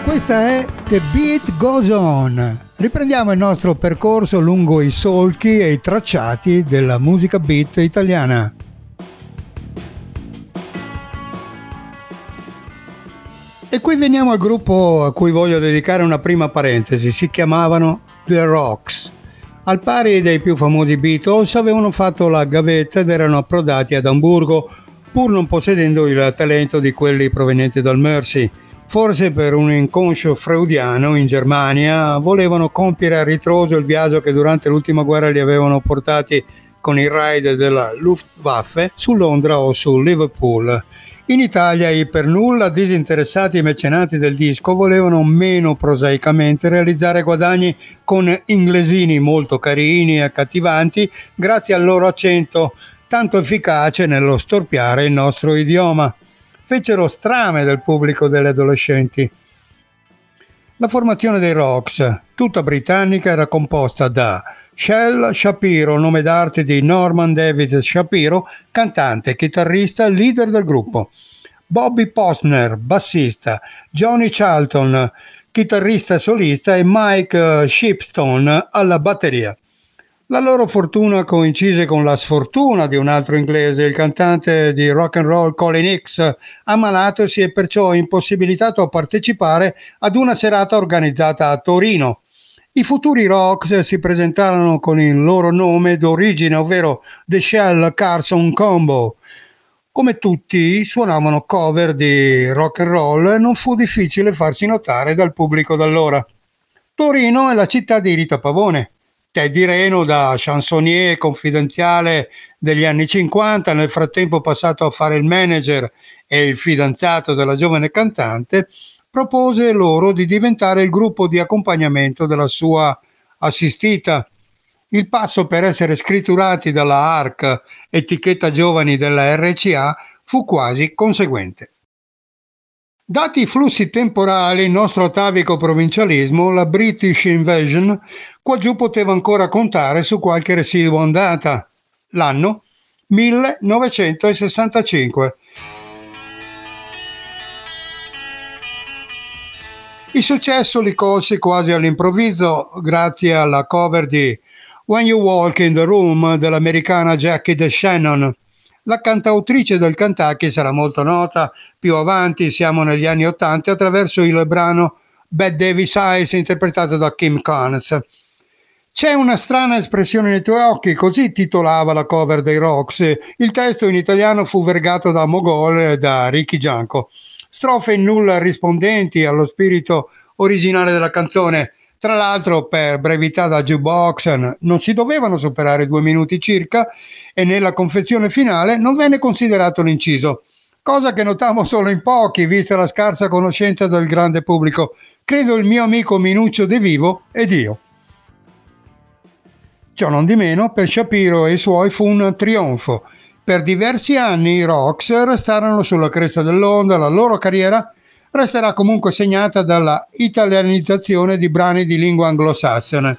Questa è The Beat Goes On. Riprendiamo il nostro percorso lungo i solchi e i tracciati della musica beat italiana. E qui veniamo al gruppo a cui voglio dedicare una prima parentesi. Si chiamavano The Rocks. Al pari dei più famosi Beatles avevano fatto la gavetta ed erano approdati ad Amburgo, pur non possedendo il talento di quelli provenienti dal Mersey. Forse per un inconscio freudiano in Germania volevano compiere a ritroso il viaggio che durante l'ultima guerra li avevano portati con i raid della Luftwaffe su Londra o su Liverpool. In Italia i per nulla disinteressati mecenati del disco volevano meno prosaicamente realizzare guadagni con inglesini molto carini e accattivanti grazie al loro accento tanto efficace nello storpiare il nostro idioma. Fecero strame del pubblico delle adolescenti. La formazione dei Rocks, tutta britannica, era composta da Shel Shapiro, nome d'arte di Norman David Shapiro, cantante, chitarrista e leader del gruppo; Bobby Posner, bassista; Johnny Charlton, chitarrista e solista; e Mike Shipstone alla batteria. La loro fortuna coincise con la sfortuna di un altro inglese, il cantante di rock and roll Colin Hicks, ammalatosi e perciò impossibilitato a partecipare ad una serata organizzata a Torino. I futuri Rocks si presentarono con il loro nome d'origine, ovvero The Shell Carson Combo. Come tutti suonavano cover di rock and roll e non fu difficile farsi notare dal pubblico d'allora. Torino è la città di Rita Pavone. Teddy Reno, da chansonnier confidenziale degli anni 50, nel frattempo passato a fare il manager e il fidanzato della giovane cantante, propose loro di diventare il gruppo di accompagnamento della sua assistita. Il passo per essere scritturati dalla ARC, etichetta giovani della RCA, fu quasi conseguente. Dati i flussi temporali, il nostro atavico provincialismo, la British Invasion, qua giù poteva ancora contare su qualche residuo ondata. L'anno 1965. Il successo li colse quasi all'improvviso grazie alla cover di When You Walk in the Room dell'americana Jackie DeShannon. La cantautrice del Kentucky sarà molto nota più avanti, siamo negli anni '80, attraverso il brano Bette Davis Eyes interpretato da Kim Carnes. C'è una strana espressione nei tuoi occhi, così titolava la cover dei Rocks. Il testo in italiano fu vergato da Mogol e da Ricky Gianco. Strofe in nulla rispondenti allo spirito originale della canzone. Tra l'altro, per brevità da jukebox, non si dovevano superare 2 minuti circa e nella confezione finale non venne considerato l'inciso, cosa che notammo solo in pochi, vista la scarsa conoscenza del grande pubblico. Credo il mio amico Minuccio De Vivo ed io. Ciò non di meno, per Shapiro e i suoi fu un trionfo. Per diversi anni i Rocks restarono sulla cresta dell'onda, la loro carriera resterà comunque segnata dalla italianizzazione di brani di lingua anglosassone.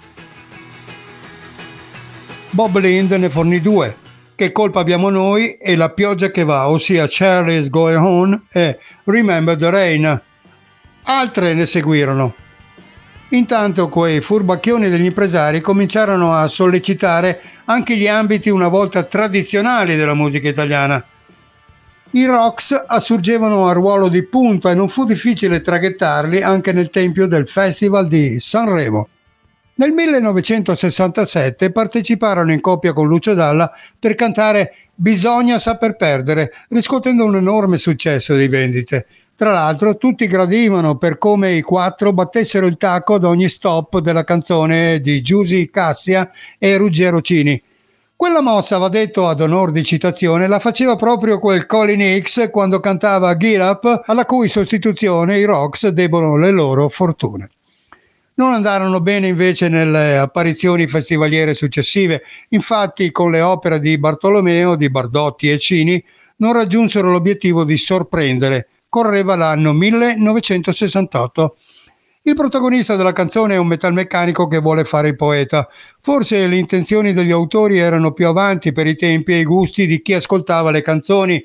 Bob Lind ne fornì 2, Che colpa abbiamo noi e La pioggia che va, ossia Charlie's Going On e Remember the Rain. Altre ne seguirono. Intanto quei furbacchioni degli impresari cominciarono a sollecitare anche gli ambiti una volta tradizionali della musica italiana. I Rocks assurgevano a ruolo di punta e non fu difficile traghettarli anche nel tempio del Festival di Sanremo. Nel 1967 parteciparono in coppia con Lucio Dalla per cantare Bisogna saper perdere, riscuotendo un enorme successo di vendite. Tra l'altro tutti gradivano per come i 4 battessero il tacco ad ogni stop della canzone di Giusy Cassia e Ruggero Cini. Quella mossa, va detto ad onor di citazione, la faceva proprio quel Colin Hicks quando cantava Get Up, alla cui sostituzione i Rocks debbono le loro fortune. Non andarono bene invece nelle apparizioni festivaliere successive, infatti con le opere di Bartolomeo, di Bardotti e Cini non raggiunsero l'obiettivo di sorprendere. Correva l'anno 1968. Il protagonista della canzone è un metalmeccanico che vuole fare il poeta. Forse le intenzioni degli autori erano più avanti per i tempi e i gusti di chi ascoltava le canzoni,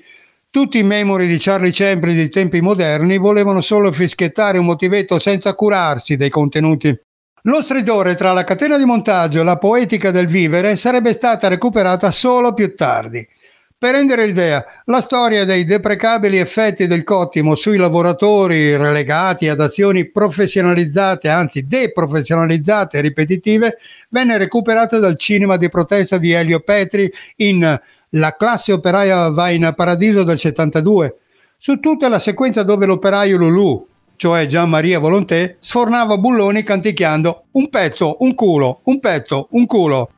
Tutti i memori di Charlie Chaplin dei tempi moderni volevano solo fischiettare un motivetto senza curarsi dei contenuti. Lo stridore tra la catena di montaggio e la poetica del vivere sarebbe stata recuperata solo più tardi. Per rendere l'idea, la storia dei deprecabili effetti del cottimo sui lavoratori relegati ad azioni professionalizzate, anzi deprofessionalizzate e ripetitive, venne recuperata dal cinema di protesta di Elio Petri in La classe operaia va in paradiso del 72. Su tutta la sequenza dove l'operaio Lulù, cioè Gian Maria Volonté, sfornava bulloni canticchiando un pezzo, un culo, un pezzo, un culo.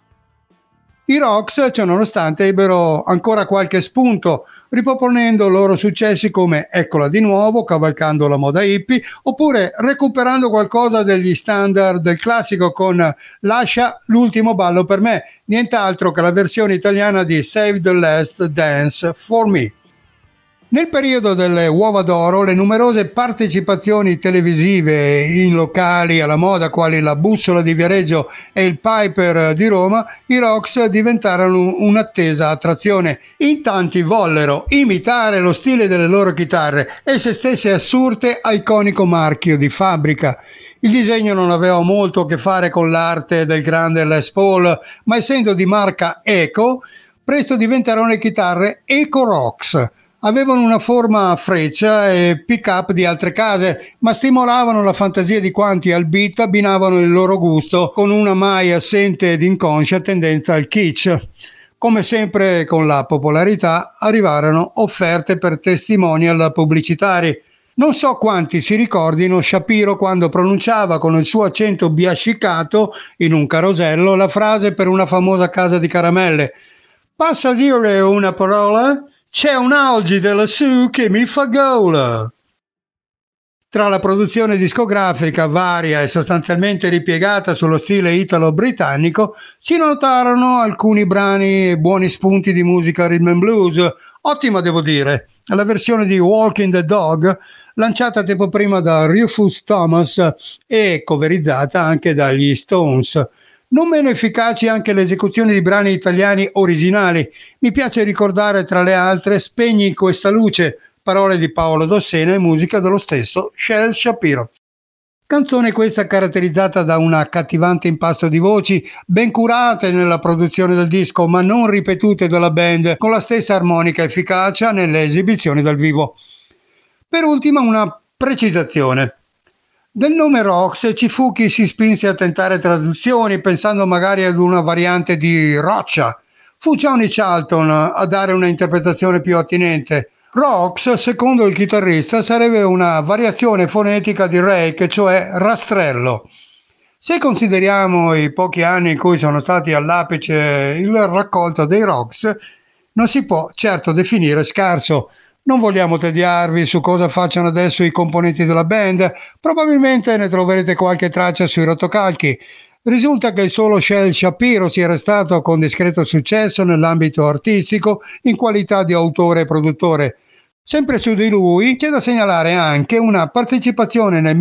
I Rocks, ciononostante, ebbero ancora qualche spunto, riproponendo loro successi come Eccola di nuovo, cavalcando la moda hippie, oppure recuperando qualcosa degli standard del classico con Lascia l'ultimo ballo per me, nient'altro che la versione italiana di Save the Last Dance for Me. Nel periodo delle Uova d'Oro, le numerose partecipazioni televisive in locali alla moda quali la Bussola di Viareggio e il Piper di Roma, i Rocks diventarono un'attesa attrazione. In tanti vollero imitare lo stile delle loro chitarre e se stesse assurte a iconico marchio di fabbrica. Il disegno non aveva molto a che fare con l'arte del grande Les Paul, ma essendo di marca Eco, presto diventarono le chitarre Eco Rocks. Avevano una forma a freccia e pick-up di altre case, ma stimolavano la fantasia di quanti al beat abbinavano il loro gusto con una mai assente ed inconscia tendenza al kitsch. Come sempre con la popolarità arrivarono offerte per testimonial pubblicitari. Non so quanti si ricordino Shapiro quando pronunciava con il suo accento biascicato in un carosello la frase per una famosa casa di caramelle. Passa a dire una parola? C'è un algide lassù che mi fa gola. Tra la produzione discografica varia e sostanzialmente ripiegata sullo stile italo-britannico, si notarono alcuni brani e buoni spunti di musica rhythm and blues, ottima devo dire. La versione di Walking the Dog, lanciata tempo prima da Rufus Thomas e coverizzata anche dagli Stones. Non meno efficaci anche le esecuzioni di brani italiani originali. Mi piace ricordare tra le altre Spegni questa luce, parole di Paolo Dossena e musica dello stesso Shel Shapiro. Canzone questa caratterizzata da un accattivante impasto di voci, ben curate nella produzione del disco, ma non ripetute dalla band, con la stessa armonica efficacia nelle esibizioni dal vivo. Per ultima una precisazione. Del nome Rocks ci fu chi si spinse a tentare traduzioni pensando magari ad una variante di roccia. Fu Johnny Charlton a dare una interpretazione più attinente. Rocks, secondo il chitarrista, sarebbe una variazione fonetica di rake, cioè rastrello. Se consideriamo i pochi anni in cui sono stati all'apice il raccolto dei Rocks, non si può certo definire scarso. Non vogliamo tediarvi su cosa facciano adesso i componenti della band, probabilmente ne troverete qualche traccia sui rotocalchi. Risulta che solo Shel Shapiro sia restato con discreto successo nell'ambito artistico in qualità di autore e produttore. Sempre su di lui c'è da segnalare anche una partecipazione nel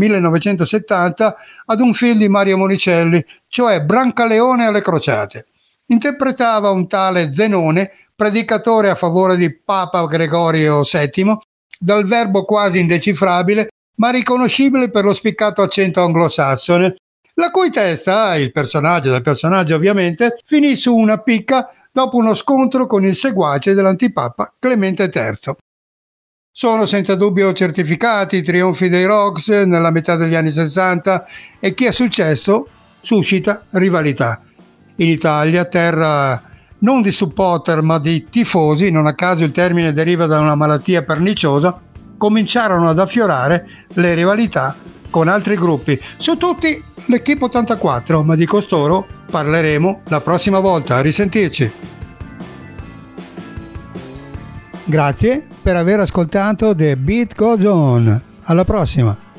1970 ad un film di Mario Monicelli, cioè Brancaleone alle crociate. Interpretava un tale Zenone, predicatore a favore di Papa Gregorio VII, dal verbo quasi indecifrabile, ma riconoscibile per lo spiccato accento anglosassone, la cui testa, il personaggio del personaggio ovviamente, finì su una picca dopo uno scontro con il seguace dell'antipapa Clemente III. Sono senza dubbio certificati i trionfi dei Rocks nella metà degli anni 60 e chi è successo suscita rivalità. In Italia, terra non di supporter ma di tifosi, non a caso il termine deriva da una malattia perniciosa, cominciarono ad affiorare le rivalità con altri gruppi, su tutti l'Equipe 84, ma di costoro parleremo la prossima volta. A risentirci. Grazie per aver ascoltato The Beat Goes On. Alla prossima.